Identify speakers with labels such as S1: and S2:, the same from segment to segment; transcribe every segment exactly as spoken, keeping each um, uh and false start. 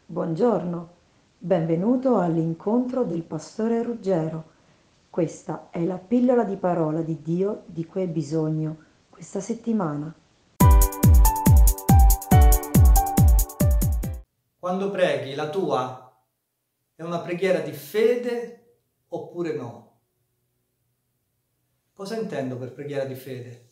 S1: Buongiorno, benvenuto all'incontro del pastore Ruggero. Questa è la pillola di parola di Dio di cui hai bisogno questa settimana.
S2: Quando preghi, la tua è una preghiera di fede oppure no? Cosa intendo per preghiera di fede?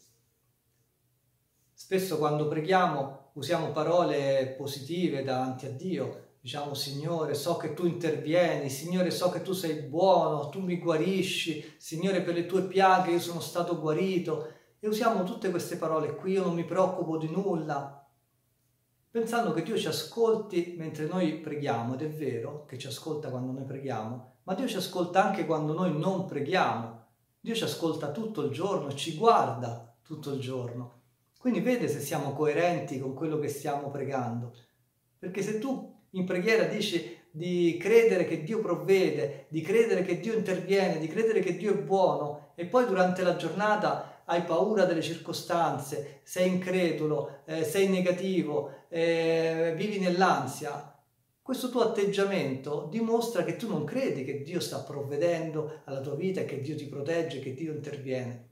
S2: Spesso quando preghiamo usiamo parole positive davanti a Dio, diciamo Signore, so che tu intervieni, Signore, so che tu sei buono, tu mi guarisci, Signore, per le tue piaghe io sono stato guarito, e usiamo tutte queste parole qui, io non mi preoccupo di nulla, pensando che Dio ci ascolti mentre noi preghiamo, ed è vero che ci ascolta quando noi preghiamo, ma Dio ci ascolta anche quando noi non preghiamo. Dio ci ascolta tutto il giorno, ci guarda tutto il giorno. Quindi vede se siamo coerenti con quello che stiamo pregando. Perché se tu in preghiera dici di credere che Dio provvede, di credere che Dio interviene, di credere che Dio è buono, e poi durante la giornata hai paura delle circostanze, sei incredulo, eh, sei negativo, eh, vivi nell'ansia, questo tuo atteggiamento dimostra che tu non credi che Dio sta provvedendo alla tua vita, che Dio ti protegge, che Dio interviene.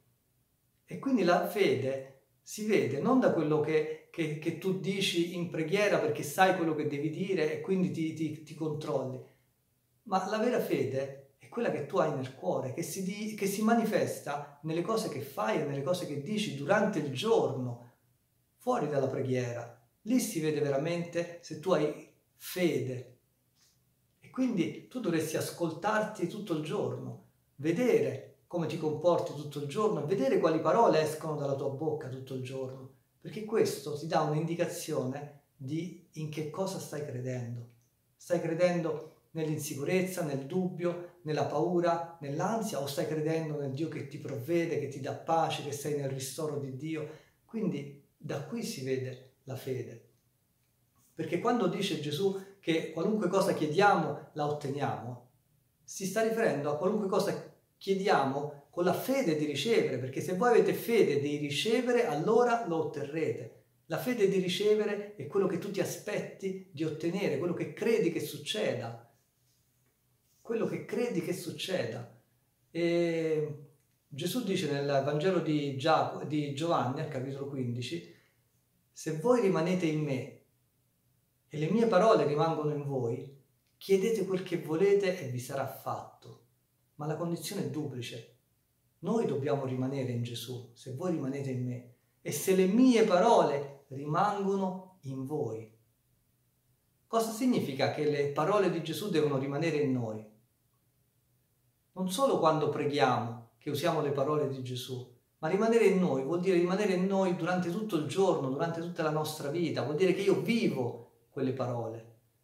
S2: E quindi la fede si vede non da quello che, che, che tu dici in preghiera perché sai quello che devi dire e quindi ti, ti, ti controlli, ma la vera fede è quella che tu hai nel cuore, che si, di, che si manifesta nelle cose che fai e nelle cose che dici durante il giorno, fuori dalla preghiera. Lì si vede veramente se tu hai fede. E quindi tu dovresti ascoltarti tutto il giorno, vedere come ti comporti tutto il giorno e vedere quali parole escono dalla tua bocca tutto il giorno, perché questo ti dà un'indicazione di in che cosa stai credendo. Stai credendo nell'insicurezza, nel dubbio, nella paura, nell'ansia, o stai credendo nel Dio che ti provvede, che ti dà pace, che sei nel ristoro di Dio? Quindi da qui si vede la fede. Perché quando dice Gesù che qualunque cosa chiediamo la otteniamo, si sta riferendo a qualunque cosa chiediamo con la fede di ricevere, perché se voi avete fede di ricevere, allora lo otterrete. La fede di ricevere è quello che tu ti aspetti di ottenere, quello che credi che succeda, quello che credi che succeda. E Gesù dice nel Vangelo di, Gia- di Giovanni, al capitolo quindici, se voi rimanete in me e le mie parole rimangono in voi, chiedete quel che volete e vi sarà fatto. Ma la condizione è duplice. Noi dobbiamo rimanere in Gesù, se voi rimanete in me, e se le mie parole rimangono in voi. Cosa significa che le parole di Gesù devono rimanere in noi? Non solo quando preghiamo, che usiamo le parole di Gesù, ma rimanere in noi vuol dire rimanere in noi durante tutto il giorno, durante tutta la nostra vita, vuol dire che io vivo quelle parole.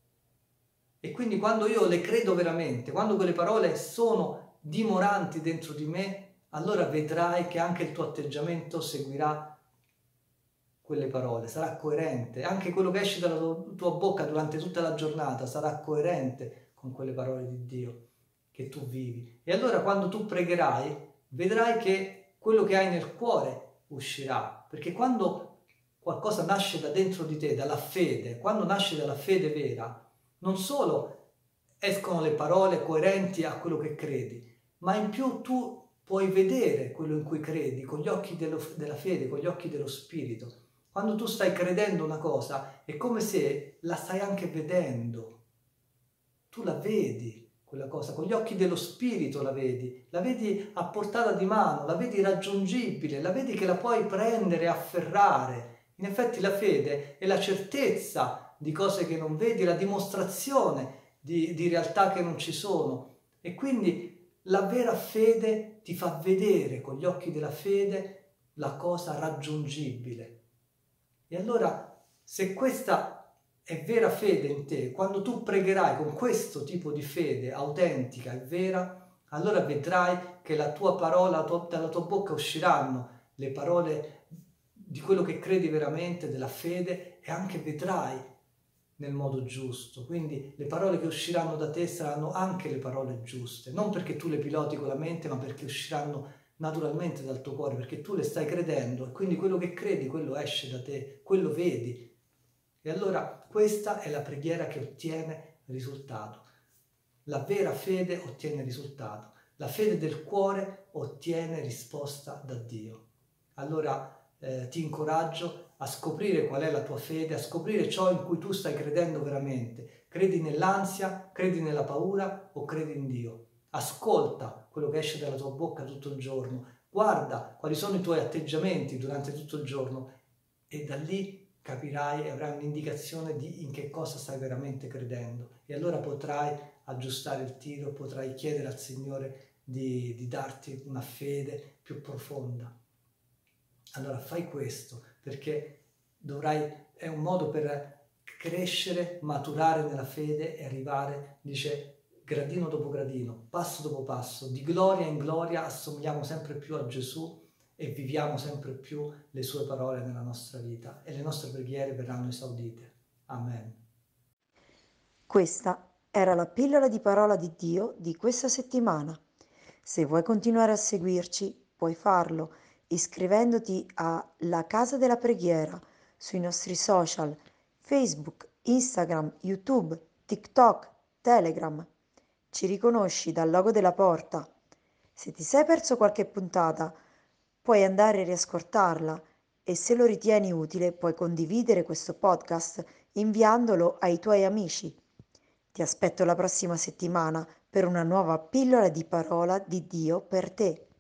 S2: E quindi quando io le credo veramente, quando quelle parole sono dimoranti dentro di me, allora vedrai che anche il tuo atteggiamento seguirà quelle parole, sarà coerente. Anche quello che esce dalla tua bocca durante tutta la giornata sarà coerente con quelle parole di Dio che tu vivi. E allora quando tu pregherai, vedrai che quello che hai nel cuore uscirà. Perché quando qualcosa nasce da dentro di te, dalla fede, quando nasce dalla fede vera, non solo escono le parole coerenti a quello che credi, ma in più tu puoi vedere quello in cui credi con gli occhi dello, della fede, con gli occhi dello spirito. Quando tu stai credendo una cosa, è come se la stai anche vedendo. Tu la vedi, quella cosa, con gli occhi dello spirito la vedi, la vedi a portata di mano, la vedi raggiungibile, la vedi che la puoi prendere, afferrare. In effetti la fede è la certezza di cose che non vedi, la dimostrazione di, di realtà che non ci sono. E quindi la vera fede ti fa vedere con gli occhi della fede la cosa raggiungibile. E allora, se questa è vera fede in te, quando tu pregherai con questo tipo di fede autentica e vera, allora vedrai che la tua parola, dalla tua bocca usciranno le parole di quello che credi veramente, della fede, e anche vedrai nel modo giusto. Quindi le parole che usciranno da te saranno anche le parole giuste, non perché tu le piloti con la mente, ma perché usciranno naturalmente dal tuo cuore, perché tu le stai credendo, e quindi quello che credi, quello esce da te, quello vedi. E allora questa è la preghiera che ottiene risultato. La vera fede ottiene risultato. La fede del cuore ottiene risposta da Dio. Allora eh, ti incoraggio a scoprire qual è la tua fede, a scoprire ciò in cui tu stai credendo veramente. Credi nell'ansia, credi nella paura o credi in Dio? Ascolta quello che esce dalla tua bocca tutto il giorno. Guarda quali sono i tuoi atteggiamenti durante tutto il giorno e da lì capirai e avrai un'indicazione di in che cosa stai veramente credendo. E allora potrai aggiustare il tiro, potrai chiedere al Signore di, di darti una fede più profonda. Allora fai questo, perché dovrai, è un modo per crescere, maturare nella fede e arrivare, dice, gradino dopo gradino, passo dopo passo, di gloria in gloria assomigliamo sempre più a Gesù e viviamo sempre più le sue parole nella nostra vita e le nostre preghiere verranno esaudite. Amen.
S1: Questa era la pillola di parola di Dio di questa settimana. Se vuoi continuare a seguirci, puoi farlo iscrivendoti a La Casa della Preghiera sui nostri social Facebook, Instagram, YouTube, TikTok, Telegram. Ci riconosci dal logo della porta. Se ti sei perso qualche puntata, puoi andare a riascoltarla e se lo ritieni utile puoi condividere questo podcast inviandolo ai tuoi amici. Ti aspetto la prossima settimana per una nuova pillola di parola di Dio per te.